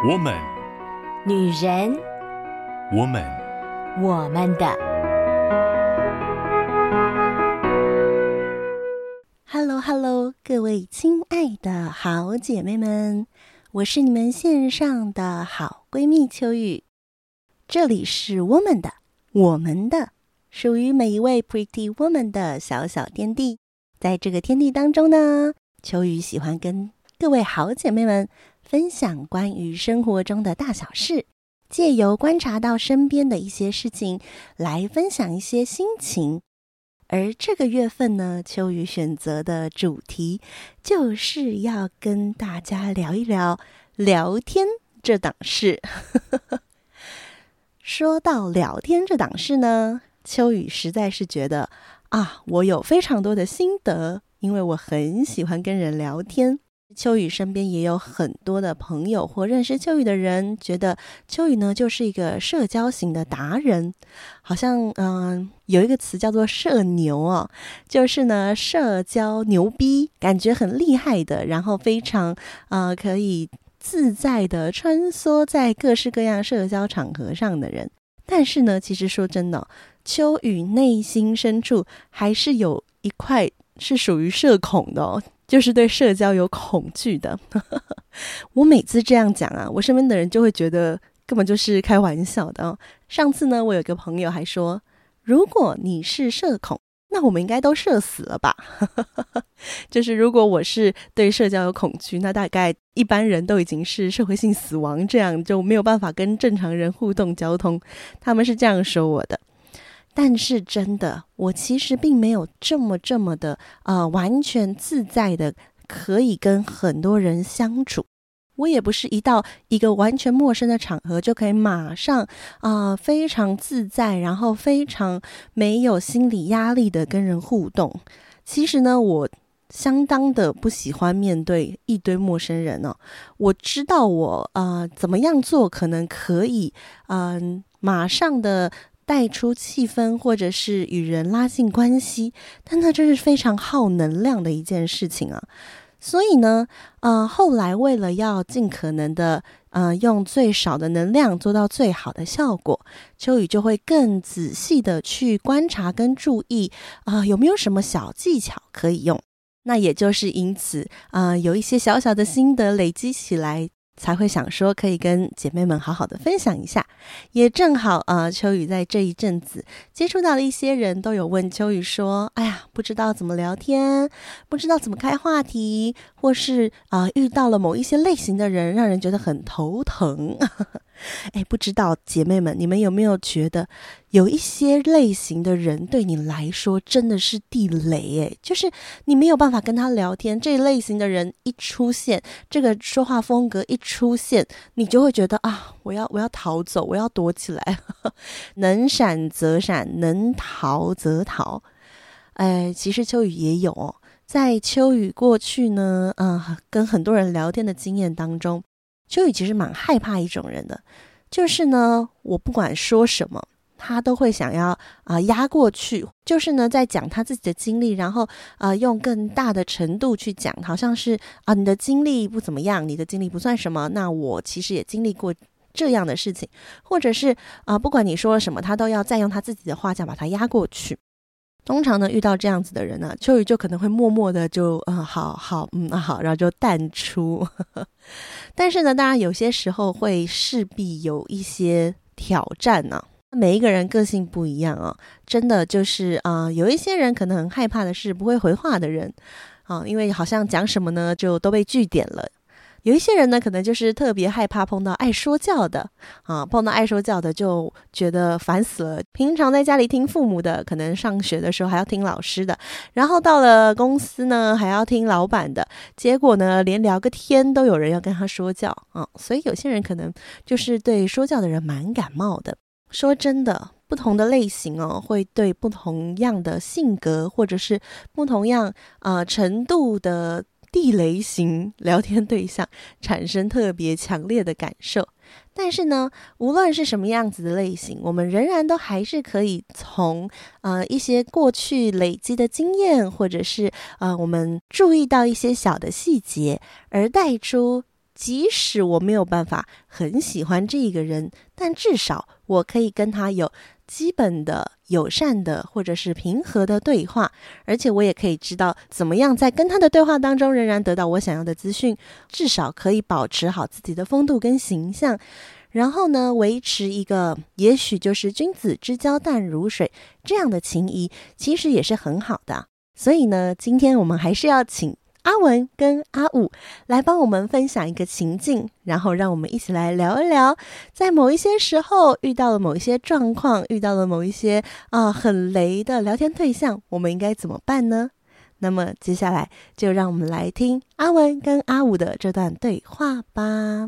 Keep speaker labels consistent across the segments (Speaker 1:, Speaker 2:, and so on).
Speaker 1: woman，
Speaker 2: 女人，
Speaker 1: woman，
Speaker 2: 我们的。
Speaker 3: Hello， 各位亲爱的好姐妹们，我是你们线上的好闺蜜秋雨。这里是我们的，我们的，属于每一位 Pretty Woman 的小小天地。在这个天地当中呢，秋雨喜欢跟各位好姐妹们分享关于生活中的大小事，借由观察到身边的一些事情，来分享一些心情。而这个月份呢，秋雨选择的主题就是要跟大家聊一聊聊天这档事。说到聊天这档事呢，秋雨实在是觉得我有非常多的心得，因为我很喜欢跟人聊天。秋雨身边也有很多的朋友或认识秋雨的人，觉得秋雨呢就是一个社交型的达人，好像有一个词叫做社牛哦，就是呢社交牛逼，感觉很厉害的，然后非常可以自在的穿梭在各式各样社交场合上的人。但是呢，其实说真的，秋雨内心深处还是有一块是属于社恐的哦，就是对社交有恐惧的。我每次这样讲我身边的人就会觉得根本就是开玩笑的哦。上次呢，我有个朋友还说，如果你是社恐，那我们应该都社死了吧。就是如果我是对社交有恐惧，那大概一般人都已经是社会性死亡，这样就没有办法跟正常人互动交通。他们是这样说我的。但是真的，我其实并没有这么的完全自在的可以跟很多人相处。我也不是一到一个完全陌生的场合就可以马上非常自在，然后非常没有心理压力的跟人互动。其实呢，我相当的不喜欢面对一堆陌生人哦。我知道我怎么样做可能可以马上的带出气氛，或者是与人拉近关系，但那真是非常耗能量的一件事情啊。所以呢后来为了要尽可能的用最少的能量做到最好的效果，秋雨就会更仔细的去观察跟注意有没有什么小技巧可以用。那也就是因此有一些小小的心得累积起来，才会想说可以跟姐妹们好好的分享一下。也正好秋雨在这一阵子接触到的一些人都有问秋雨说，不知道怎么聊天，不知道怎么开话题，或是遇到了某一些类型的人让人觉得很头疼。不知道姐妹们，你们有没有觉得有一些类型的人对你来说真的是地雷就是你没有办法跟他聊天，这一类型的人一出现，这个说话风格一出现，你就会觉得我要逃走，我要躲起来。能闪则闪，能逃则逃。其实秋雨也有在秋雨过去呢跟很多人聊天的经验当中，秋雨其实蛮害怕一种人的，就是呢我不管说什么他都会想要压过去，就是呢在讲他自己的经历，然后用更大的程度去讲，好像是你的经历不怎么样，你的经历不算什么，那我其实也经历过这样的事情，或者是不管你说了什么，他都要再用他自己的话讲把它压过去。通常呢遇到这样子的人呢，秋雨就可能会默默的就好然后就淡出。但是呢当然有些时候会势必有一些挑战每一个人个性不一样真的就是有一些人可能很害怕的是不会回话的人因为好像讲什么呢就都被句点了。有一些人呢可能就是特别害怕碰到爱说教的碰到爱说教的就觉得烦死了。平常在家里听父母的，可能上学的时候还要听老师的，然后到了公司呢还要听老板的，结果呢连聊个天都有人要跟他说教所以有些人可能就是对说教的人蛮感冒的。说真的，不同的类型会对不同样的性格或者是不同样程度的地雷型聊天对象产生特别强烈的感受。但是呢无论是什么样子的类型，我们仍然都还是可以从一些过去累积的经验，或者是我们注意到一些小的细节，而带出即使我没有办法很喜欢这个人，但至少我可以跟他有基本的友善的或者是平和的对话，而且我也可以知道怎么样在跟他的对话当中仍然得到我想要的资讯，至少可以保持好自己的风度跟形象，然后呢，维持一个也许就是君子之交淡如水这样的情谊，其实也是很好的。所以呢，今天我们还是要请阿文跟阿武来帮我们分享一个情境，然后让我们一起来聊一聊，在某一些时候遇到了某一些状况，遇到了某一些很雷的聊天对象，我们应该怎么办呢？那么接下来就让我们来听阿文跟阿武的这段对话吧。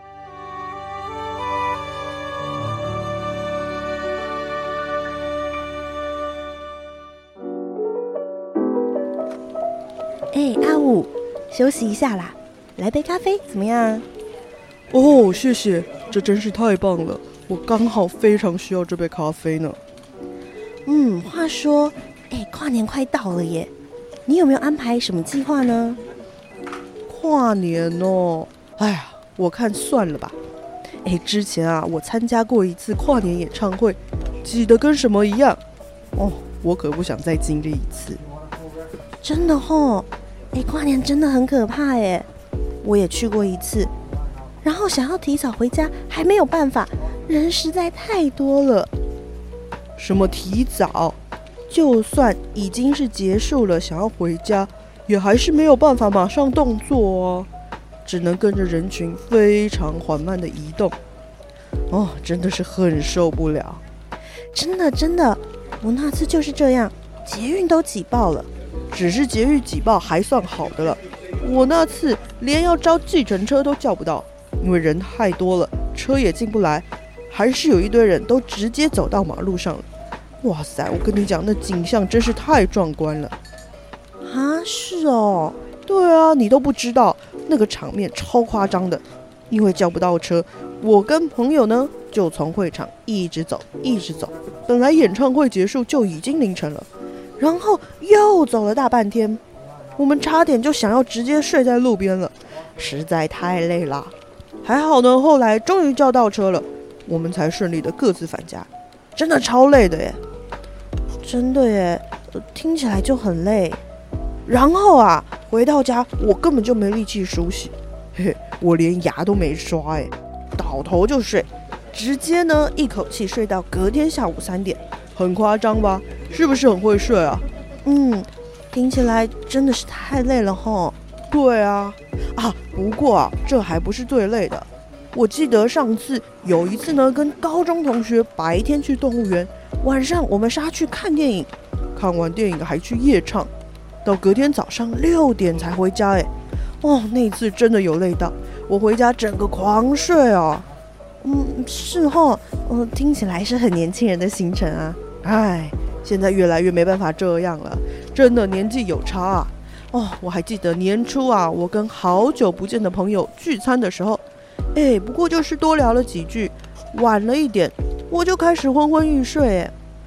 Speaker 3: 阿武，休息一下啦，来杯咖啡怎么样？
Speaker 1: 哦，谢谢，这真是太棒了，我刚好非常需要这杯咖啡呢。
Speaker 3: 话说，跨年快到了耶，你有没有安排什么计划呢？
Speaker 1: 跨年哦，哎呀，我看算了吧。之前啊，我参加过一次跨年演唱会，挤得跟什么一样。我可不想再经历一次。
Speaker 3: 真的哦，跨年真的很可怕耶，我也去过一次，然后想要提早回家还没有办法，人实在太多了。
Speaker 1: 什么提早？就算已经是结束了，想要回家，也还是没有办法马上动作啊，只能跟着人群非常缓慢的移动。真的是很受不了。
Speaker 3: 真的，我那次就是这样，捷运都挤爆了。
Speaker 1: 只是捷运挤爆还算好的了，我那次连要招计程车都叫不到，因为人太多了，车也进不来，还是有一堆人都直接走到马路上了。哇塞，我跟你讲，那景象真是太壮观了。
Speaker 3: 是哦。
Speaker 1: 对啊，你都不知道，那个场面超夸张的。因为叫不到车，我跟朋友呢就从会场一直走，本来演唱会结束就已经凌晨了，然后又走了大半天，我们差点就想要直接睡在路边了，实在太累了。还好呢，后来终于叫到车了，我们才顺利的各自返家。真的超累的耶。
Speaker 3: 真的耶，听起来就很累。
Speaker 1: 然后啊，回到家我根本就没力气梳洗，我连牙都没刷倒头就睡，直接呢一口气睡到隔天下午3点，很夸张吧？是不是很会睡啊？
Speaker 3: 听起来真的是太累了吼。
Speaker 1: 对啊，不过啊，这还不是最累的。我记得上次有一次呢，跟高中同学白天去动物园，晚上我们杀去看电影，看完电影还去夜唱，到隔天早上6点才回家那次真的有累到，我回家整个狂睡啊。
Speaker 3: 是吼，听起来是很年轻人的行程啊。
Speaker 1: 现在越来越没办法这样了，真的年纪有差啊。我还记得年初啊，我跟好久不见的朋友聚餐的时候，不过就是多聊了几句，晚了一点，我就开始昏昏欲睡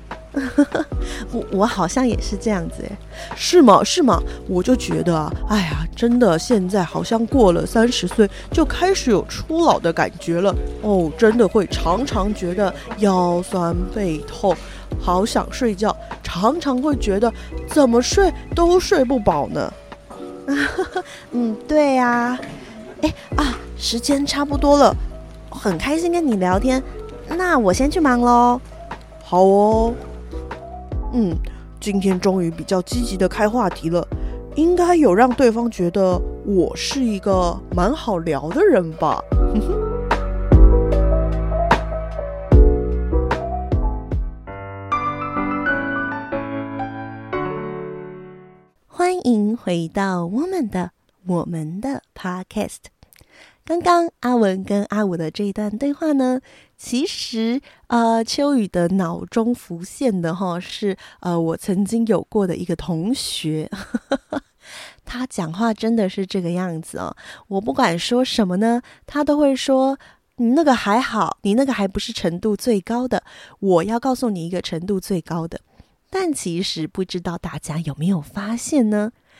Speaker 3: 我好像也是这样子
Speaker 1: 是吗？我就觉得啊，真的现在好像过了30岁就开始有初老的感觉了真的会常常觉得腰酸背痛，好想睡觉，常常会觉得怎么睡都睡不饱呢。
Speaker 3: 对啊。时间差不多了，很开心跟你聊天，那我先去忙咯。
Speaker 1: 好哦。今天终于比较积极的开话题了，应该有让对方觉得我是一个蛮好聊的人吧。
Speaker 3: 欢迎回到我们的 Podcast。刚刚阿文跟阿武的这一段对话呢，其实秋雨的脑中浮现的是我曾经有过的一个同学他讲话真的是这个样子我不管说什么呢，他都会说你那个还好，你那个还不是程度最高的，我要告诉你一个程度最高的。但其实不知道大家有没有发现呢，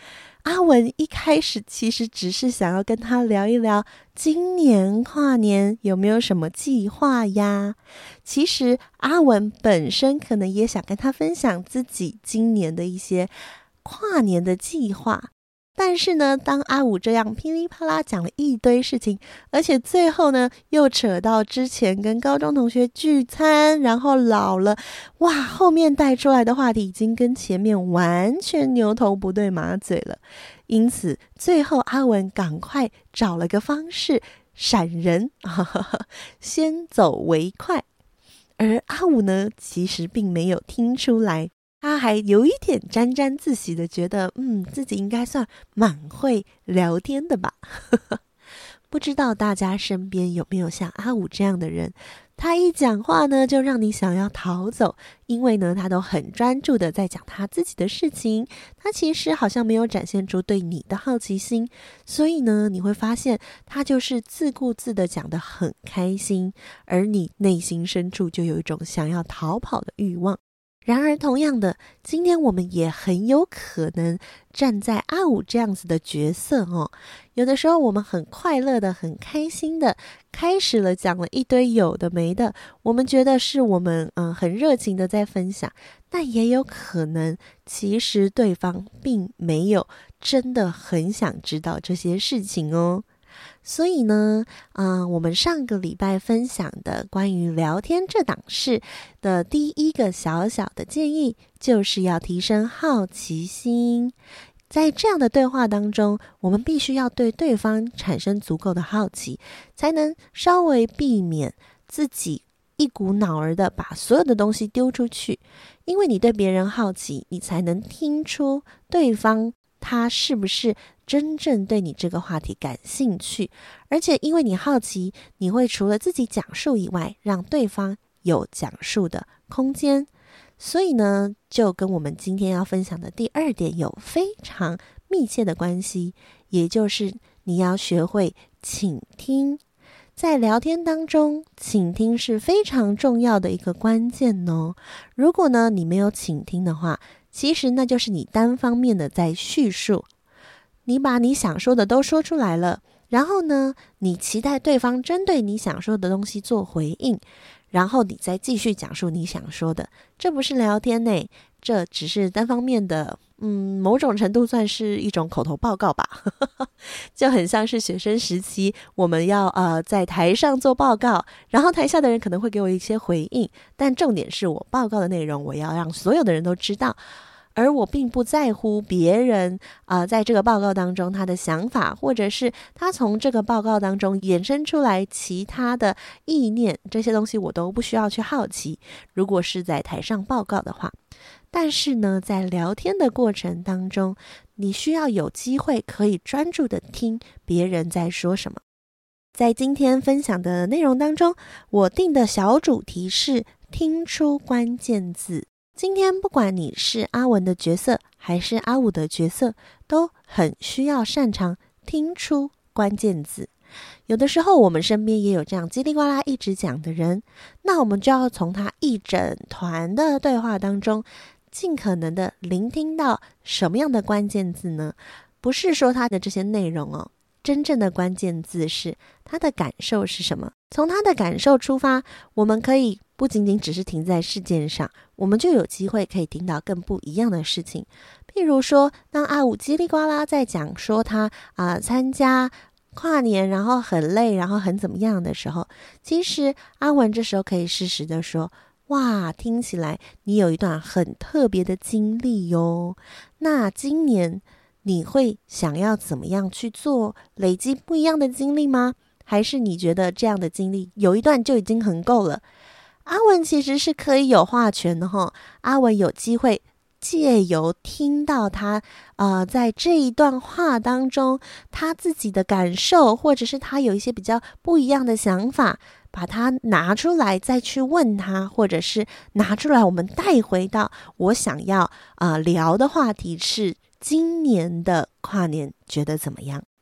Speaker 3: 阿文一开始其实只是想要跟他聊一聊今年跨年有没有什么计划呀。其实阿文本身可能也想跟他分享自己今年的一些跨年的计划，但是呢，当阿武这样噼里啪啦讲了一堆事情，而且最后呢又扯到之前跟高中同学聚餐，然后老了，哇，后面带出来的话题已经跟前面完全牛头不对马嘴了。因此最后阿文赶快找了个方式闪人，先走为快。而阿武呢，其实并没有听出来，他还有一点沾沾自喜的觉得自己应该算蛮会聊天的吧。不知道大家身边有没有像阿武这样的人，他一讲话呢就让你想要逃走，因为呢他都很专注的在讲他自己的事情，他其实好像没有展现出对你的好奇心，所以呢你会发现他就是自顾自的讲得很开心，而你内心深处就有一种想要逃跑的欲望。然而同样的，今天我们也很有可能站在阿武这样子的角色哦。有的时候我们很快乐的很开心的开始了讲了一堆有的没的，我们觉得是我们很热情的在分享，但也有可能其实对方并没有真的很想知道这些事情哦。所以呢我们上个礼拜分享的关于聊天这档事的第一个小小的建议，就是要提升好奇心。在这样的对话当中，我们必须要对对方产生足够的好奇，才能稍微避免自己一股脑儿的把所有的东西丢出去。因为你对别人好奇，你才能听出对方他是不是真正对你这个话题感兴趣，而且因为你好奇，你会除了自己讲述以外，让对方有讲述的空间。所以呢，就跟我们今天要分享的第二点有非常密切的关系，也就是你要学会倾听。在聊天当中，倾听是非常重要的一个关键哦。如果呢你没有倾听的话，其实那就是你单方面的在叙述，你把你想说的都说出来了，然后呢你期待对方针对你想说的东西做回应，然后你再继续讲述你想说的，这不是聊天呢，这只是单方面的某种程度算是一种口头报告吧。就很像是学生时期我们要在台上做报告，然后台下的人可能会给我一些回应，但重点是我报告的内容我要让所有的人都知道，而我并不在乎别人在这个报告当中他的想法，或者是他从这个报告当中衍生出来其他的意念，这些东西我都不需要去好奇，如果是在台上报告的话。但是呢，在聊天的过程当中，你需要有机会可以专注的听别人在说什么。在今天分享的内容当中，我定的小主题是听出关键字。今天不管你是阿文的角色还是阿武的角色，都很需要擅长听出关键字。有的时候我们身边也有这样叽里呱啦一直讲的人，那我们就要从他一整团的对话当中尽可能的聆听到什么样的关键字呢？不是说他的这些内容哦，真正的关键字是他的感受是什么。从他的感受出发，我们可以不仅仅只是停在事件上，我们就有机会可以听到更不一样的事情。譬如说，当阿武叽里呱啦在讲说他参加跨年，然后很累，然后很怎么样的时候，其实阿文这时候可以适时的说，哇，听起来你有一段很特别的经历哟。那今年你会想要怎么样去做，累积不一样的经历吗？还是你觉得这样的经历有一段就已经很够了？阿文其实是可以有话权的齁，阿文有机会借由听到他在这一段话当中他自己的感受，或者是他有一些比较不一样的想法，把它拿出来再去问他，或者是拿出来我们带回到我想要聊的话题是今年的跨年觉得怎么样。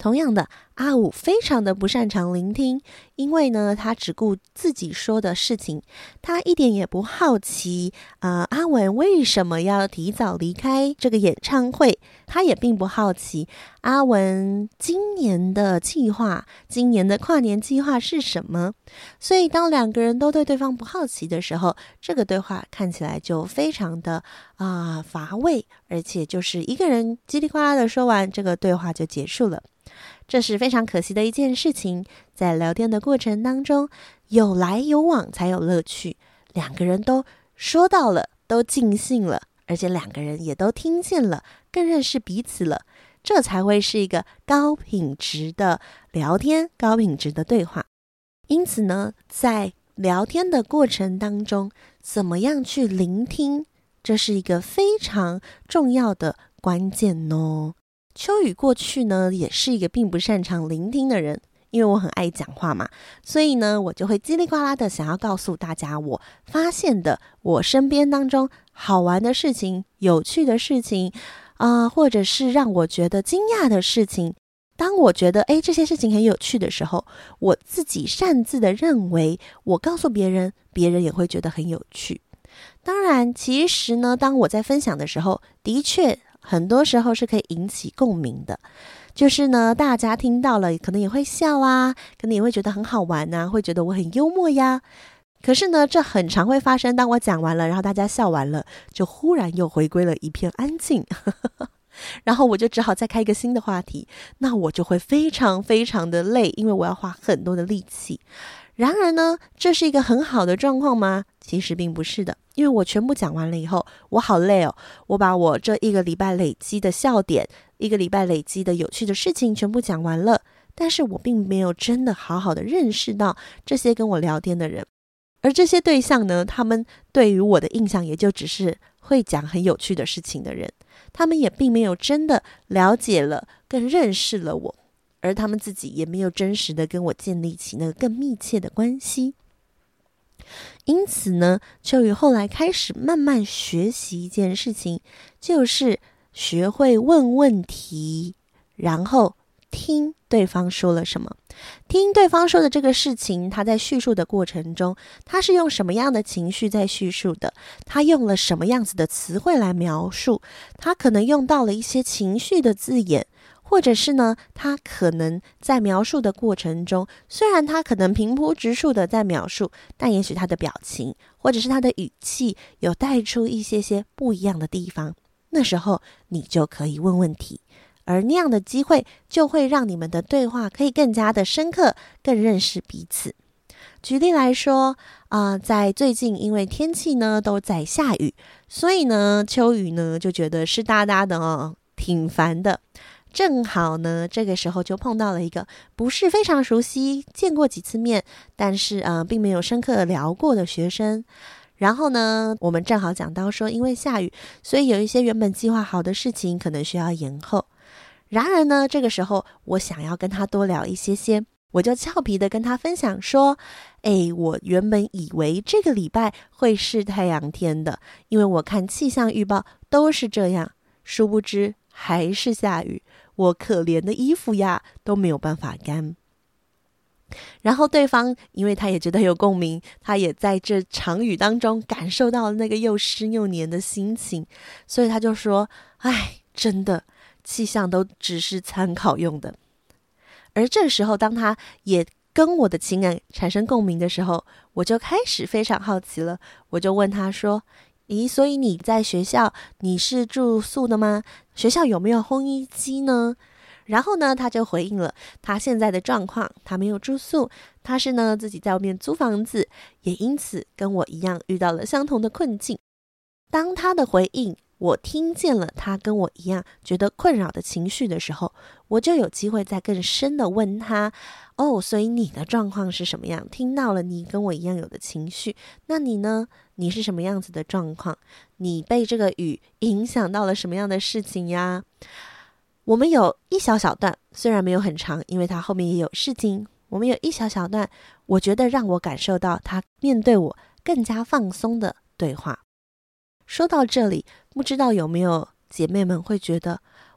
Speaker 3: 同样的，阿五非常的不擅长聆听，因为呢，他只顾自己说的事情，他一点也不好奇阿文为什么要提早离开这个演唱会，他也并不好奇阿文今年的计划，今年的跨年计划是什么。所以当两个人都对对方不好奇的时候，这个对话看起来就非常的乏味，而且就是一个人叽里呱啦的说完，这个对话就结束了。这是非常可惜的一件事情，在聊天的过程当中，有来有往才有乐趣，两个人都说到了，都尽兴了，而且两个人也都听见了，更认识彼此了，这才会是一个高品质的聊天，高品质的对话。因此呢，在聊天的过程当中，怎么样去聆听，这是一个非常重要的关键哦。秋雨过去呢，也是一个并不擅长聆听的人，因为我很爱讲话嘛，所以呢，我就会叽里呱啦的想要告诉大家我发现的我身边当中好玩的事情、有趣的事情或者是让我觉得惊讶的事情。当我觉得这些事情很有趣的时候，我自己擅自的认为我告诉别人，别人也会觉得很有趣。当然其实呢，当我在分享的时候，的确很多时候是可以引起共鸣的，就是呢，大家听到了可能也会笑啊，可能也会觉得很好玩啊，会觉得我很幽默呀。可是呢，这很常会发生，当我讲完了，然后大家笑完了，就忽然又回归了一片安静然后我就只好再开一个新的话题，那我就会非常非常的累，因为我要花很多的力气。然而呢，这是一个很好的状况吗？其实并不是的，因为我全部讲完了以后，我好累哦，我把我这一个礼拜累积的笑点，一个礼拜累积的有趣的事情全部讲完了，但是我并没有真的好好的认识到这些跟我聊天的人，而这些对象呢，他们对于我的印象也就只是会讲很有趣的事情的人，他们也并没有真的了解了，更认识了我，而他们自己也没有真实的跟我建立起那个更密切的关系。因此呢，秋雨后来开始慢慢学习一件事情，就是学会问问题，然后听对方说了什么。听对方说的这个事情，他在叙述的过程中，他是用什么样的情绪在叙述的，他用了什么样子的词汇来描述，他可能用到了一些情绪的字眼，或者是呢，他可能在描述的过程中，虽然他可能平铺直述的在描述，但也许他的表情或者是他的语气有带出一些不一样的地方，那时候你就可以问问题，而那样的机会就会让你们的对话可以更加的深刻，更认识彼此。举例来说在最近因为天气呢都在下雨，所以呢秋雨呢就觉得湿哒哒的挺烦的。正好呢这个时候就碰到了一个不是非常熟悉，见过几次面，但是并没有深刻的聊过的学生。然后呢我们正好讲到说，因为下雨，所以有一些原本计划好的事情可能需要延后。然而呢这个时候我想要跟他多聊一些，我就俏皮的跟他分享说，我原本以为这个礼拜会是太阳天的，因为我看气象预报都是这样，殊不知还是下雨，我可怜的衣服呀都没有办法干。然后对方因为他也觉得有共鸣，他也在这场雨当中感受到了那个又湿又黏的心情，所以他就说，真的气象都只是参考用的。而这时候当他也跟我的情感产生共鸣的时候，我就开始非常好奇了，我就问他说，所以你在学校你是住宿的吗？学校有没有烘衣机呢？然后呢他就回应了他现在的状况，他没有住宿，他是呢自己在外面租房子，也因此跟我一样遇到了相同的困境。当他的回应我听见了他跟我一样觉得困扰的情绪的时候，我就有机会再更深的问他，所以你的状况是什么样？听到了你跟我一样有的情绪，那你呢？你是什么样子的状况？你被这个雨影响到了什么样的事情呀？我们有一小段，虽然没有很长，因为他后面也有事情，我们有一小段，我觉得让我感受到他面对我更加放松的对话。说到这里，不知道有没有姐妹们会觉得，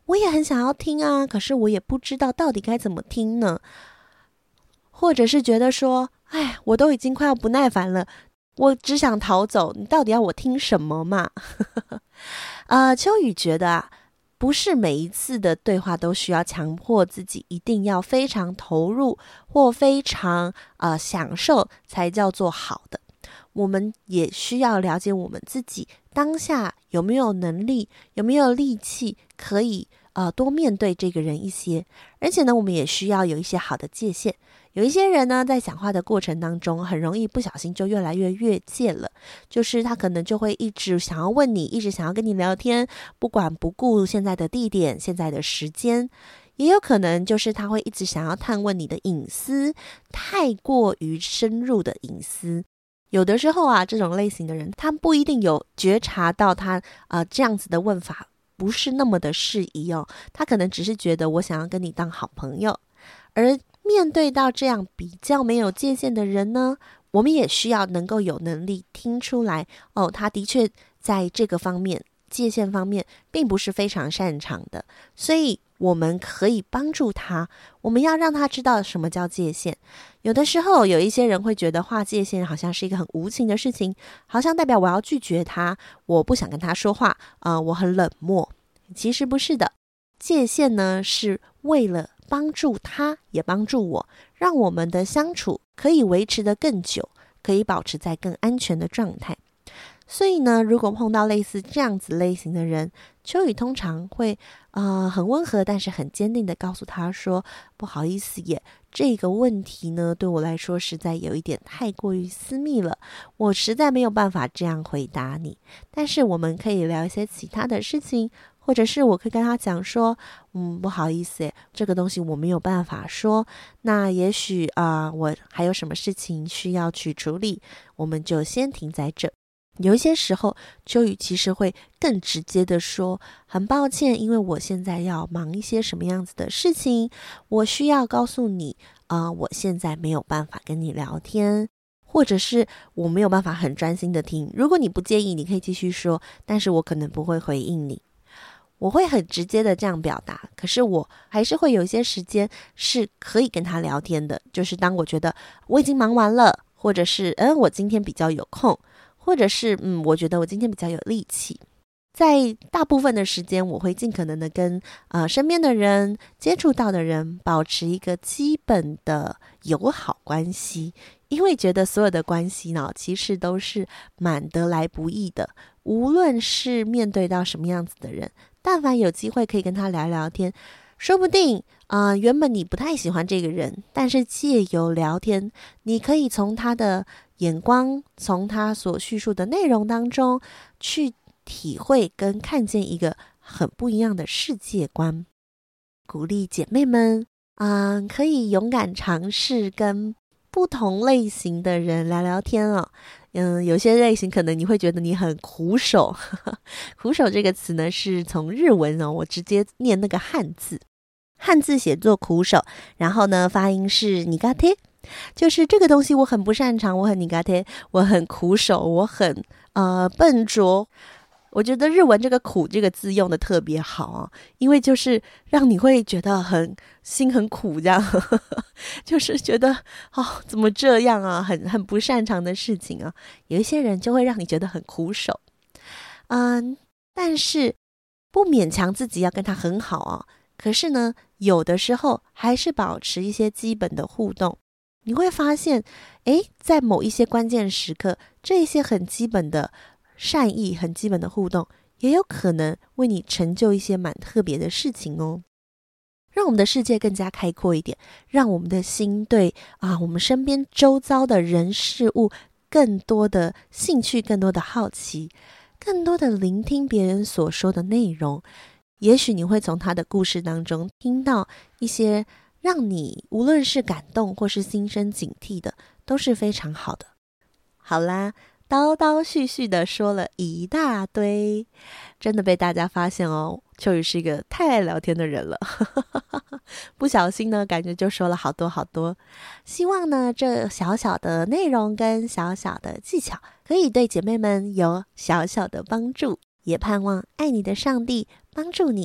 Speaker 3: 我也很想要听啊，可是我也不知道到底该怎么听呢。或者是觉得说，哎，我都已经快要不耐烦了，我只想逃走，你到底要我听什么嘛？秋雨觉得啊，不是每一次的对话都需要强迫自己一定要非常投入或非常享受才叫做好的。我们也需要了解我们自己当下有没有能力，有没有力气可以多面对这个人一些。而且呢，我们也需要有一些好的界限。有一些人呢，在讲话的过程当中，很容易不小心就越来越越界了，就是他可能就会一直想要问你，一直想要跟你聊天，不管不顾现在的地点、现在的时间。也有可能就是他会一直想要探问你的隐私，太过于深入的隐私。有的时候啊，这种类型的人，他不一定有觉察到他这样子的问法不是那么的适宜哦。他可能只是觉得我想要跟你当好朋友。而面对到这样比较没有界限的人呢，我们也需要能够有能力听出来哦，他的确在这个方面界限方面并不是非常擅长的，所以我们可以帮助他，我们要让他知道什么叫界限。有的时候有一些人会觉得划界限好像是一个很无情的事情，好像代表我要拒绝他，我不想跟他说话，我很冷漠。其实不是的，界限呢是为了帮助他也帮助我，让我们的相处可以维持得更久，可以保持在更安全的状态。所以呢，如果碰到类似这样子类型的人，秋雨通常会很温和但是很坚定的告诉他说，不好意思耶，这个问题呢对我来说实在有一点太过于私密了，我实在没有办法这样回答你，但是我们可以聊一些其他的事情，或者是我可以跟他讲说，不好意思耶，这个东西我没有办法说，那也许我还有什么事情需要去处理，我们就先停在这。有一些时候，秋雨其实会更直接的说，很抱歉，因为我现在要忙一些什么样子的事情，我需要告诉你我现在没有办法跟你聊天，或者是我没有办法很专心的听，如果你不介意，你可以继续说，但是我可能不会回应你。我会很直接的这样表达，可是我还是会有一些时间是可以跟他聊天的，就是当我觉得我已经忙完了，或者是我今天比较有空，或者是我觉得我今天比较有力气。在大部分的时间，我会尽可能的跟身边的人、接触到的人保持一个基本的友好关系，因为觉得所有的关系呢，其实都是蛮得来不易的。无论是面对到什么样子的人，但凡有机会可以跟他聊聊天，说不定原本你不太喜欢这个人，但是借由聊天，你可以从他的眼光，从他所叙述的内容当中去体会跟看见一个很不一样的世界观。鼓励姐妹们可以勇敢尝试跟不同类型的人聊聊天哦。有些类型可能你会觉得你很苦手苦手这个词呢是从日文我直接念那个汉字写作苦手，然后呢发音是苦手，就是这个东西我很不擅长，我很苦手，我很苦手，我很笨拙。我觉得日文这个苦这个字用的特别好因为就是让你会觉得心很苦这样就是觉得怎么这样很不擅长的事情有一些人就会让你觉得很苦手但是不勉强自己要跟他很好可是呢有的时候还是保持一些基本的互动，你会发现在某一些关键时刻，这一些很基本的善意、很基本的互动，也有可能为你成就一些蛮特别的事情哦。让我们的世界更加开阔一点，让我们的心对我们身边周遭的人事物更多的兴趣，更多的好奇，更多的聆听别人所说的内容。也许你会从他的故事当中听到一些让你无论是感动或是心生警惕的，都是非常好的。好啦，叨叨絮絮的说了一大堆，真的被大家发现秋雨是一个太爱聊天的人了不小心呢感觉就说了好多好多。希望呢这小小的内容跟小小的技巧可以对姐妹们有小小的帮助，也盼望爱你的上帝帮助你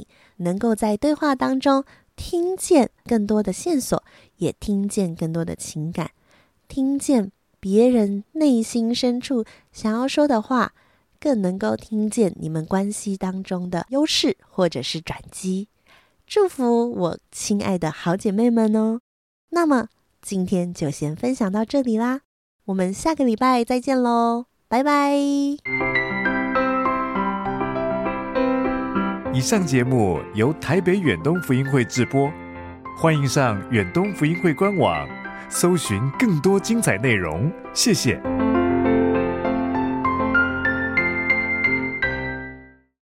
Speaker 3: 能够在对话当中听见更多的线索，也听见更多的情感，听见别人内心深处想要说的话，更能够听见你们关系当中的优势或者是转机。祝福我亲爱的好姐妹们哦。那么今天就先分享到这里啦，我们下个礼拜再见咯，拜拜。
Speaker 4: 以上节目由台北远东福音会制播，欢迎上远东福音会官网搜寻更多精彩内容，谢谢。